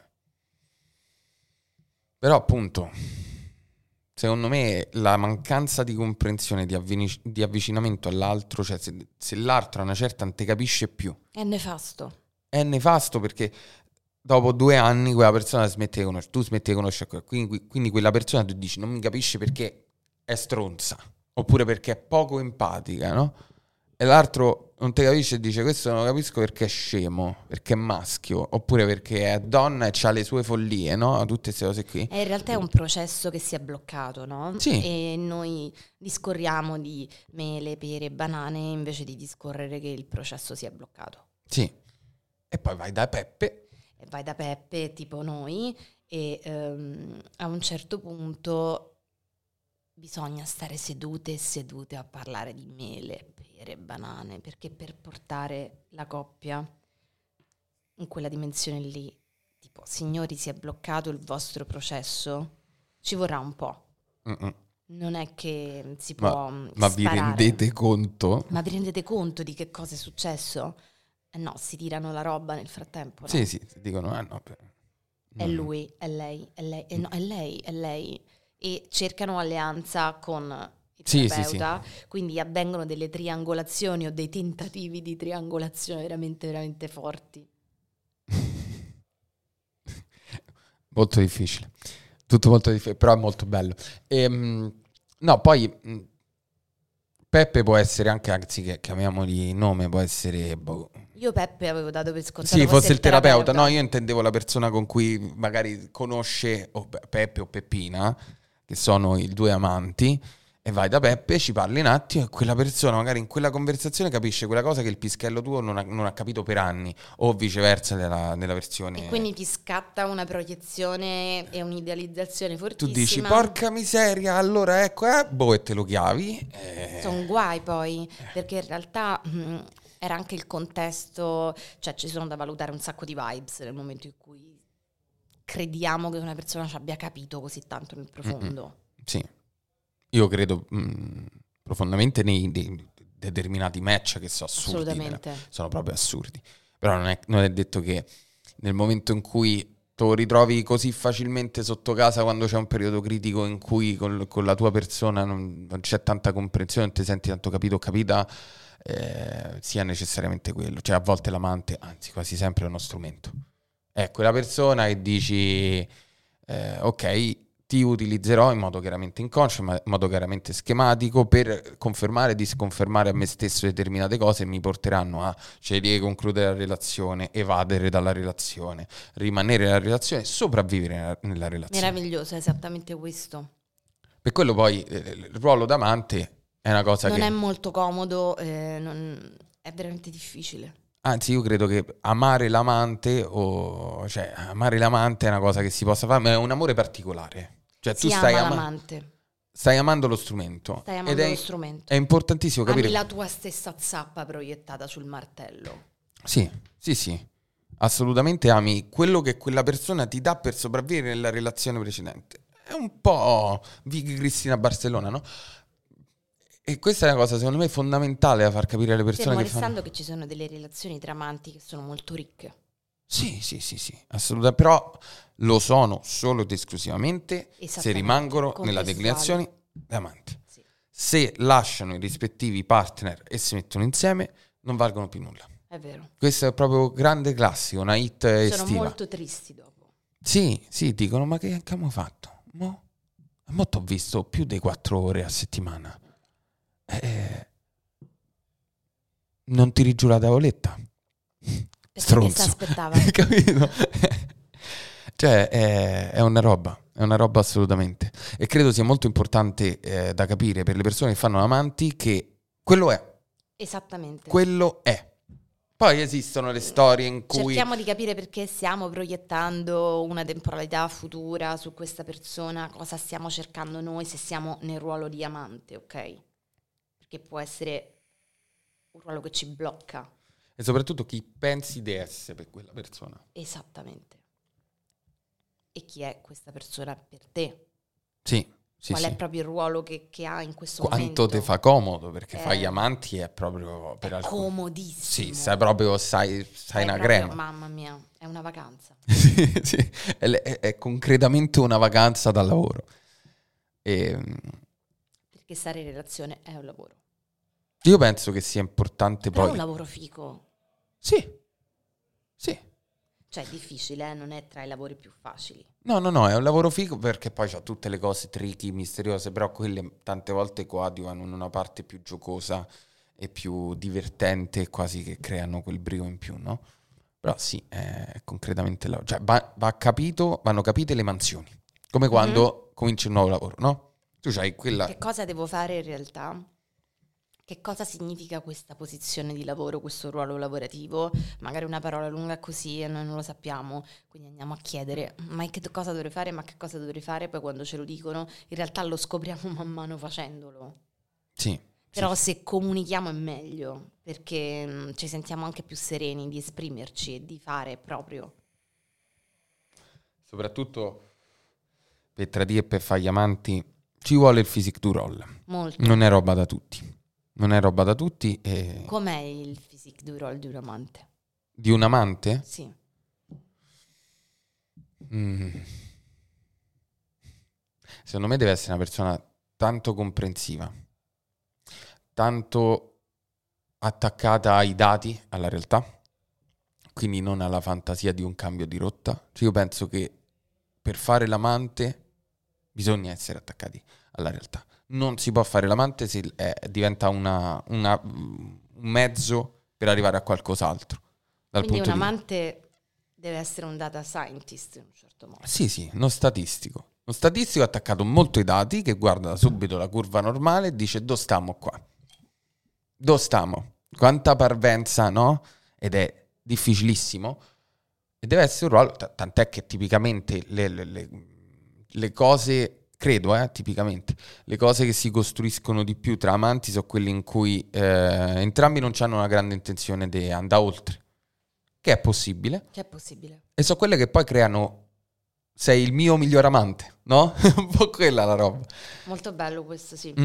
però appunto, secondo me la mancanza di comprensione, di avvicinamento all'altro, cioè se l'altro a una certa non ti capisce più, È nefasto. è nefasto perché dopo 2 anni quella persona smette di conoscere, tu smetti di conoscere, quindi quella persona tu dici non mi capisce perché è stronza, oppure perché è poco empatica, no? E l'altro non ti capisce e dice questo non lo capisco perché è scemo, perché è maschio, oppure perché è donna e ha le sue follie, no? Tutte queste cose qui. In realtà è un processo che si è bloccato, no? Sì. E noi discorriamo di mele, pere, banane invece di discorrere che il processo si è bloccato. Sì. E poi vai da Peppe. E vai da Peppe, tipo noi, e a un certo punto bisogna stare sedute e sedute a parlare di mele, pere, banane, perché per portare la coppia in quella dimensione lì, tipo, signori, si è bloccato il vostro processo, ci vorrà un po'. Non è che si può ma vi sparare. rendete conto? Ma vi rendete conto di che cosa è successo? No, si tirano la roba nel frattempo, no? Sì, dicono, no. È lui, è lei, no, è lei. E cercano alleanza con il terapeuta, quindi avvengono delle triangolazioni o dei tentativi di triangolazione veramente, veramente forti. Molto difficile. Tutto molto difficile, però è molto bello. No, poi Peppe può essere anche, anziché chiamiamoli nome, può essere... Io Peppe avevo dato per scontato Sì, fosse il terapeuta. terapeuta. No, io intendevo la persona con cui magari conosce Peppe o Peppina, che sono i due amanti, e vai da Peppe, ci parli un attimo e quella persona magari in quella conversazione capisce quella cosa che il pischello tuo non ha capito per anni, o viceversa nella versione... E quindi ti scatta una proiezione e un'idealizzazione Tu fortissima. dici, porca miseria, allora ecco, e te lo chiavi. Sono guai poi, perché in realtà era anche il contesto, cioè ci sono da valutare un sacco di vibes nel momento in cui crediamo che una persona ci abbia capito così tanto nel profondo. Sì, io credo profondamente nei determinati match che sono assurdi. Assolutamente. Sono proprio assurdi. Però non è detto che nel momento in cui te lo ritrovi così facilmente sotto casa quando c'è un periodo critico in cui con la tua persona non c'è tanta comprensione, non ti senti tanto capito o capita, sia necessariamente quello. Cioè a volte l'amante, anzi quasi sempre è uno strumento. È quella persona che dici ok, ti utilizzerò in modo chiaramente inconscio, in modo chiaramente schematico per confermare e disconfermare a me stesso determinate cose e mi porteranno a scegliere di concludere la relazione, evadere dalla relazione, rimanere nella relazione, sopravvivere nella relazione. Meraviglioso, è esattamente questo. Per quello poi il ruolo d'amante è una cosa non che... è molto comodo, è veramente difficile. Anzi, io credo che amare l'amante amare l'amante è una cosa che si possa fare, ma è un amore particolare. Cioè Si tu ama l'amante. stai amando lo strumento. Stai amando lo strumento. È importantissimo capire. Ami la tua stessa zappa proiettata sul martello. Sì. Assolutamente ami quello che quella persona ti dà per sopravvivere nella relazione precedente. È un po' Vicky Cristina Barcellona, no? E questa è una cosa secondo me fondamentale da far capire alle persone Fermo che fanno... restando che ci sono delle relazioni tra amanti che sono molto ricche. Sì, assolutamente, però lo sono solo ed esclusivamente se rimangono nella declinazione davanti. Sì. Se lasciano i rispettivi partner e si mettono insieme, non valgono più nulla. È vero. Questo è proprio grande classico, una hit estiva. Sono molto tristi dopo. Sì, dicono, ma che abbiamo fatto? Mo t'ho visto più di 4 ore a settimana. Non ti rigio la tavoletta. Stronzo. Che si aspettava? Capito? Cioè è una roba assolutamente. E credo sia molto importante da capire per le persone che fanno amanti che quello è. Esattamente. Quello è. Poi esistono le storie in cui... Cerchiamo di capire perché stiamo proiettando una temporalità futura su questa persona, cosa stiamo cercando noi se siamo nel ruolo di amante, ok? Perché può essere un ruolo che ci blocca. E soprattutto chi pensi di essere per quella persona. Esattamente. E chi è questa persona per te? Sì. qual è proprio il ruolo che ha in questo quanto momento. ti fa comodo, perché fai gli amanti è proprio è comodissimo. Sì, sai proprio, sai una proprio, crema. Mamma mia, è una vacanza. Sì, è concretamente una vacanza dal lavoro. Perché stare in relazione è un lavoro. Io penso che sia importante Però poi... è un lavoro figo. Sì. Cioè è difficile, non è tra i lavori più facili. No, è un lavoro figo perché poi c'ha tutte le cose tricky, misteriose, però quelle tante volte coadiuvano in una parte più giocosa e più divertente, quasi che creano quel brio in più, no? Però sì, è concretamente cioè vanno capite le mansioni, come quando cominci un nuovo lavoro, no? Tu c'hai quella... Che cosa devo fare in realtà? Che cosa significa questa posizione di lavoro, questo ruolo lavorativo? Magari una parola lunga così e noi non lo sappiamo, quindi andiamo a chiedere ma che cosa dovrei fare, ma che cosa dovrei fare? Poi quando ce lo dicono in realtà lo scopriamo man mano facendolo. Sì. Però se comunichiamo è meglio, perché ci sentiamo anche più sereni di esprimerci e di fare proprio. Soprattutto per tradire e per fare gli amanti ci vuole il physique du role. Molto. Non è roba da tutti. E... Com'è il physique du role di un amante? Di un amante? Sì. Secondo me deve essere una persona tanto comprensiva, tanto attaccata ai dati, alla realtà, quindi non alla fantasia di un cambio di rotta. Cioè io penso che per fare l'amante bisogna essere attaccati alla realtà. Non si può fare l'amante se diventa un mezzo per arrivare a qualcos'altro. Quindi un amante deve essere un data scientist in un certo modo. Sì, uno statistico. Uno statistico attaccato molto ai dati, che guarda subito la curva normale e dice dove stiamo qua? Dove stiamo? Quanta parvenza, no? Ed è difficilissimo. E deve essere un ruolo, tant'è che tipicamente le cose... Credo, tipicamente, le cose che si costruiscono di più tra amanti sono quelle in cui entrambi non hanno una grande intenzione di andare oltre, che è possibile. E sono quelle che poi creano, sei il mio miglior amante, no? Un po' quella la roba. Molto bello questo, sì.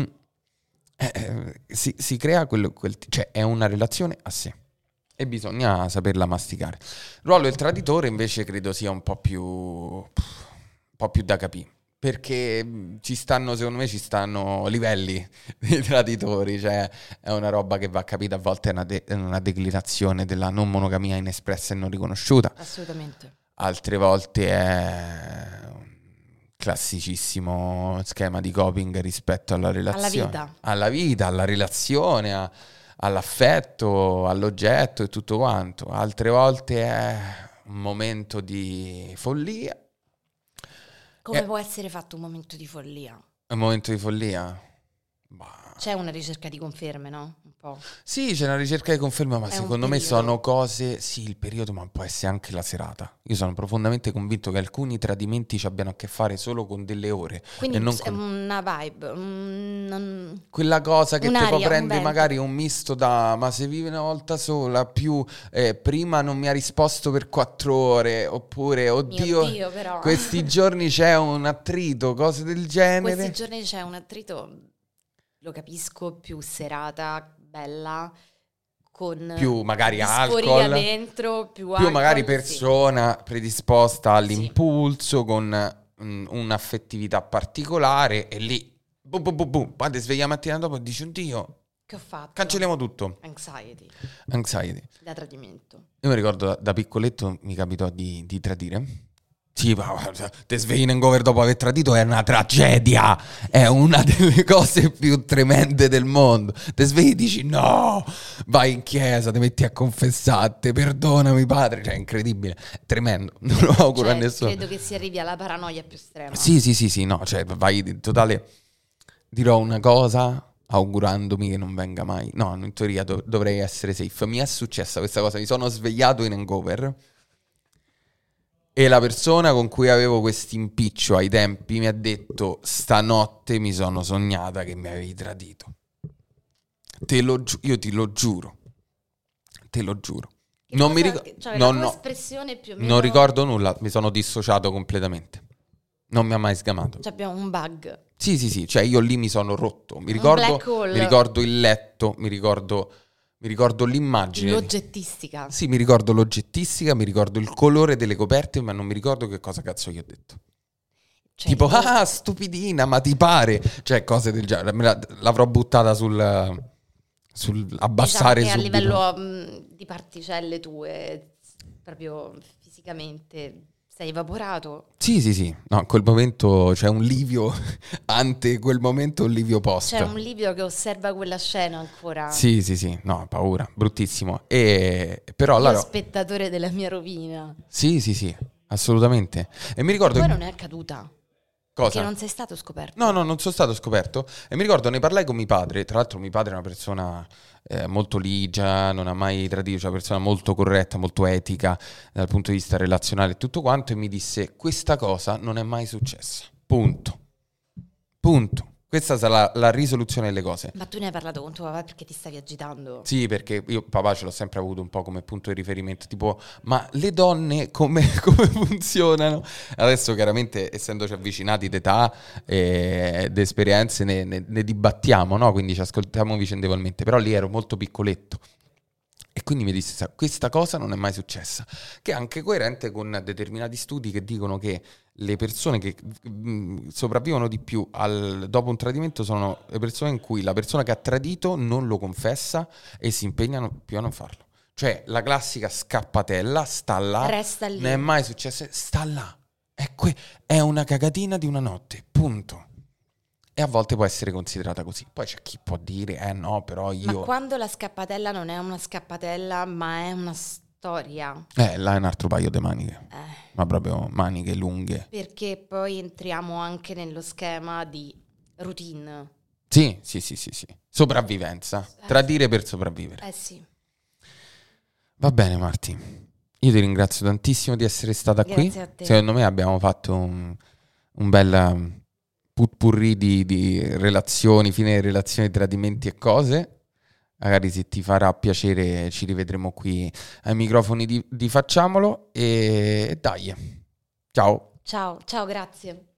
Si crea cioè è una relazione a sé e bisogna saperla masticare. Il ruolo del traditore invece credo sia un po' più da capire. Perché secondo me ci stanno livelli di traditori, cioè è una roba che va capita, a volte è una declinazione della non monogamia inespressa e non riconosciuta. Assolutamente. Altre volte è un classicissimo schema di coping rispetto alla relazione. Alla vita, alla relazione, all'affetto, all'oggetto e tutto quanto. Altre volte è un momento di follia. Come può essere fatto un momento di follia? Un momento di follia? C'è una ricerca di conferme, no? Un po'. Sì, c'è una ricerca di conferma, ma secondo me sono cose... Sì, il periodo, ma può essere anche la serata. Io sono profondamente convinto che alcuni tradimenti ci abbiano a che fare solo con delle ore. Quindi è una vibe. Quella cosa che ti può prendere magari un misto da... Ma se vivi una volta sola, più... prima non mi ha risposto per 4 ore, oppure, oddio, però. Questi giorni c'è un attrito, cose del genere. Questi giorni c'è un attrito... Lo capisco, più serata, bella, con più magari alcol dentro, più alcol, magari sì. Persona predisposta all'impulso, con un'affettività particolare, e lì boom, poi ti svegli la mattina dopo e dici oddio, che ho fatto? Cancelliamo tutto. Anxiety. Da tradimento. Io mi ricordo da piccoletto mi capitò di tradire. Sì, te svegli in hangover dopo aver tradito è una tragedia, è una delle cose più tremende del mondo. Te svegli e dici no, vai in chiesa, ti metti a confessare, perdonami padre, cioè è incredibile, tremendo, non lo auguro a nessuno. Credo che si arrivi alla paranoia più estrema. Sì, no, cioè vai in totale, dirò una cosa augurandomi che non venga mai, no, in teoria dovrei essere safe. Mi è successa questa cosa, mi sono svegliato in hangover. E la persona con cui avevo questo impiccio ai tempi mi ha detto stanotte mi sono sognata che mi avevi tradito. Io te lo giuro. Non ricordo nulla, mi sono dissociato completamente. Non mi ha mai sgamato. Cioè abbiamo un bug. Sì, cioè io lì mi sono rotto. Un black hole. Mi ricordo il letto, mi ricordo l'immagine. L'oggettistica. Sì, mi ricordo l'oggettistica, mi ricordo il colore delle coperte, ma non mi ricordo che cosa cazzo gli ho detto. Cioè, Tipo, stupidina, ma ti pare? Cioè, cose del genere. L'avrò buttata sul abbassare diciamo che subito. a livello di particelle tue, proprio fisicamente, sei evaporato. Sì. No, in quel momento c'è un livio ante quel momento, un livio post. C'è un Livio che osserva quella scena ancora. Sì. No, paura, bruttissimo. Però Io allora... spettatore della mia rovina. Sì, assolutamente. E mi ricordo... Poi non è accaduta. Cosa? Perché non sei stato scoperto. No, non sono stato scoperto. E mi ricordo, ne parlai con mio padre. Tra l'altro mio padre è una persona molto ligia, non ha mai tradito, cioè una persona molto corretta, molto etica dal punto di vista relazionale e tutto quanto. E mi disse, questa cosa non è mai successa. Punto. Questa sarà la risoluzione delle cose. Ma tu ne hai parlato con tuo papà perché ti stavi agitando? Sì, perché io papà ce l'ho sempre avuto un po' come punto di riferimento, tipo, ma le donne come funzionano? Adesso chiaramente, essendoci avvicinati d'età ed esperienze, ne dibattiamo, no? Quindi ci ascoltiamo vicendevolmente, però lì ero molto piccoletto. E quindi mi disse, questa cosa non è mai successa, che è anche coerente con determinati studi che dicono che le persone che sopravvivono di più dopo un tradimento sono le persone in cui la persona che ha tradito non lo confessa e si impegnano più a non farlo. Cioè la classica scappatella sta là, Resta lì. non è mai successo, sta là. È una cagatina di una notte, punto. E a volte può essere considerata così. Poi c'è chi può dire, no, però io... Ma quando la scappatella non è una scappatella, ma è una storia. Là è un altro paio di maniche. Ma proprio maniche lunghe. Perché poi entriamo anche nello schema di routine. Sì. Sopravvivenza. Tradire per sopravvivere. Sì. Va bene, Marti. Io ti ringrazio tantissimo di essere stata Grazie qui. a te. Secondo me abbiamo fatto un bel putpurri di relazioni, fine relazioni, tradimenti e cose. Magari se ti farà piacere ci rivedremo qui ai microfoni di Facciamolo e dai. Ciao. Ciao, grazie.